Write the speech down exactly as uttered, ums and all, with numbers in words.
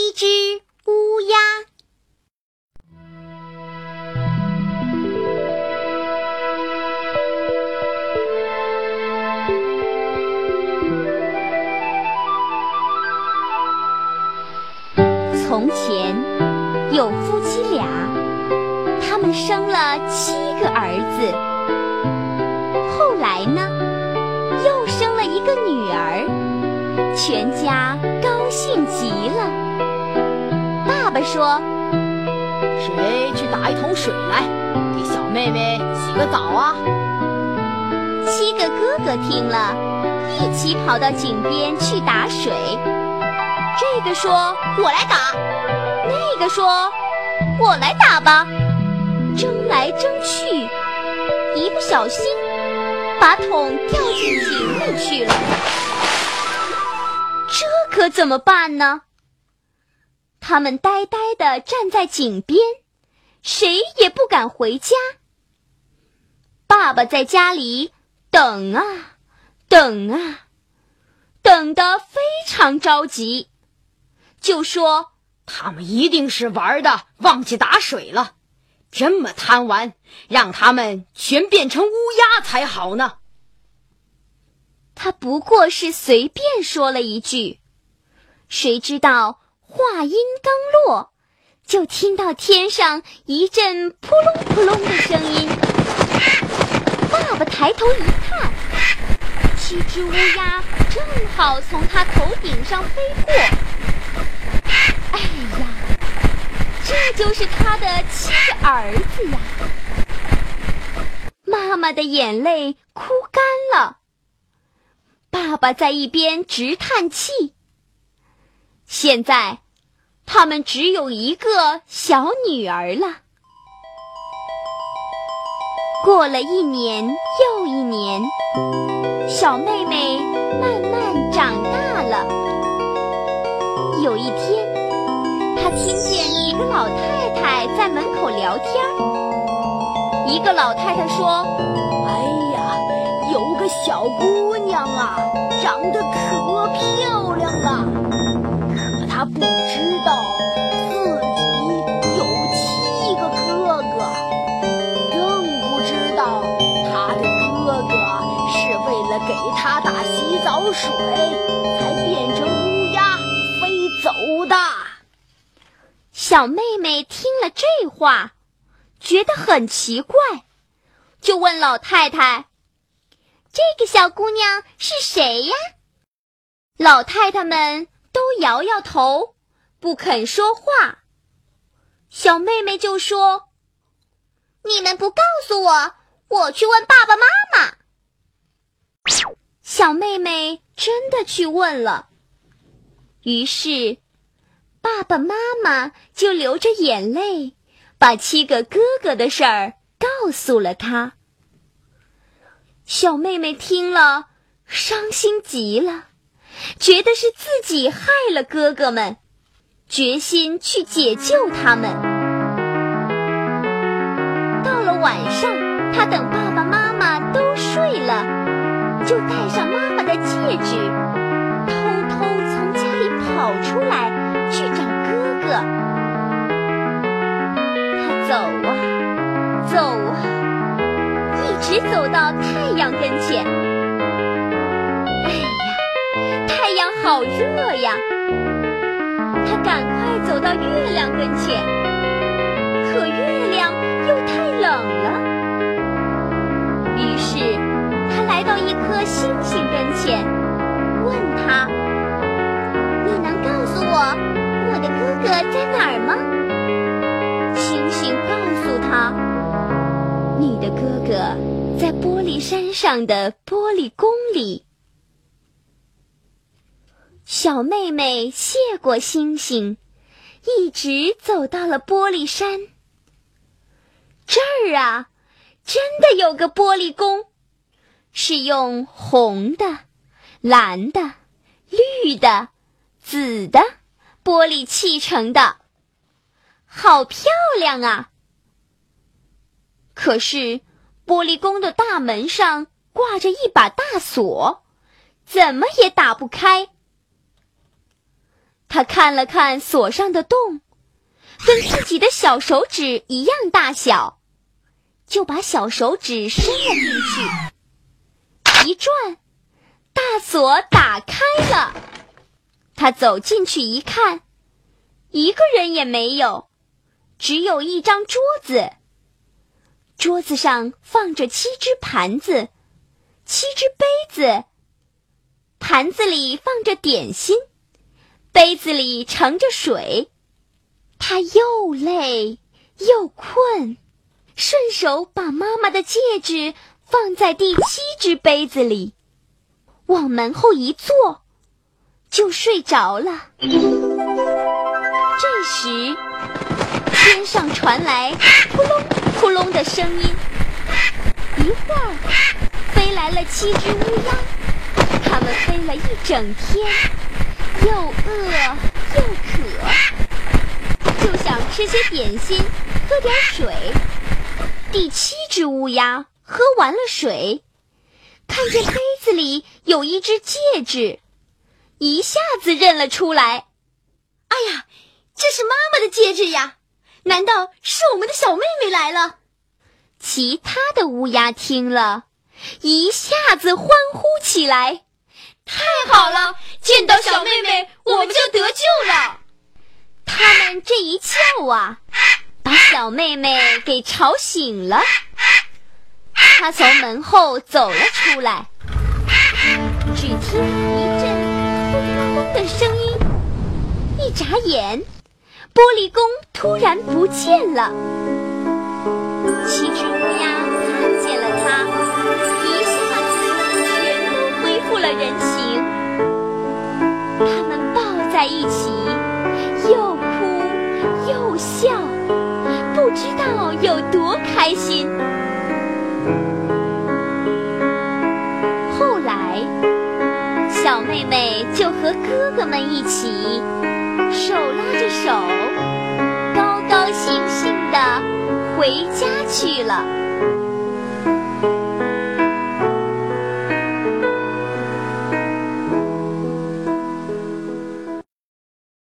一只乌鸦。从前有夫妻俩，他们生了七个儿子。后来呢，又生了一个女儿，全家高兴极了。爸爸说：“ 谁去打一桶水来，给小妹妹洗个澡啊？” 七个哥哥听了，一起跑到井边去打水。这个说：“我来打。”那个说：“我来打吧。”争来争去，一不小心把桶掉进井里去了。这可怎么办呢？他们呆呆地站在井边，谁也不敢回家。爸爸在家里等啊等啊，等得非常着急，就说：“ 他们一定是玩的忘记打水了，这么贪玩，让他们全变成乌鸦才好呢。” 他不过是随便说了一句，谁知道话音刚落，就听到天上一阵扑隆扑隆的声音。爸爸抬头一看，七只乌鸦正好从他头顶上飞过。哎呀，这就是他的七个儿子呀！妈妈的眼泪哭干了，爸爸在一边直叹气。现在他们只有一个小女儿了。过了一年又一年，小妹妹慢慢长大了。有一天，她听见几个老太太在门口聊天。一个老太太说：“ 哎呀，有个小姑娘啊，长得可漂亮了，可她不知道自己有七个哥哥，更不知道她的哥哥是为了给她打洗澡水才变成乌鸦飞走的。” 小妹妹听了这话，觉得很奇怪，就问老太太：“这个小姑娘是谁呀？”老太太们都摇摇头，不肯说话。小妹妹就说：“你们不告诉我，我去问爸爸妈妈。”小妹妹真的去问了，于是爸爸妈妈就流着眼泪，把七个哥哥的事儿告诉了她。小妹妹听了，伤心极了，觉得是自己害了哥哥们，决心去解救他们。到了晚上，她等爸爸妈妈都睡了，就戴上妈妈的戒指，偷偷从家里跑出来去找哥哥。他走啊走啊，一直走到太阳跟前。哎呀，太阳好热呀！他赶快走到月亮跟前，可月亮又太冷了。于是他来到一颗星星跟前，问他：“你能告诉我我的哥哥在哪儿吗？”星星告诉他：“你的哥哥在玻璃山上的玻璃宫里。”小妹妹谢过星星，一直走到了玻璃山。这儿啊，真的有个玻璃宫，是用红的、蓝的、绿的、紫的玻璃砌成的，好漂亮啊！可是玻璃宫的大门上挂着一把大锁，怎么也打不开。 他看了看锁上的洞，跟自己的小手指一样大小，就把小手指伸了进去。一转，大锁打开了。他走进去一看，一个人也没有，只有一张桌子。桌子上放着七只盘子，七只杯子，盘子里放着点心，杯子里盛着水。他又累又困，顺手把妈妈的戒指放在第七只杯子里，往门后一坐，就睡着了。这时，天上传来扑隆扑隆的声音，一会儿飞来了七只乌鸦，它们飞了一整天，又饿又渴，就想吃些点心，喝点水。第七只乌鸦喝完了水，看见杯子里有一只戒指，一下子认了出来。 哎呀，这是妈妈的戒指呀！难道是我们的小妹妹来了？ 其他的乌鸦听了，一下子欢呼起来。 太好了，见到小妹妹，我们就得救了。 他们这一叫啊，把小妹妹给吵醒了。她从门后走了出来，只听一阵轰隆的声音，一眨眼，玻璃宫突然不见了。七只乌鸦看见了它，一下子全都恢复了人情。它们抱在一起，又哭又笑，不知道有多开心。后来，小妹妹就和哥哥们一起，手拉着手，高高兴兴地回家去了。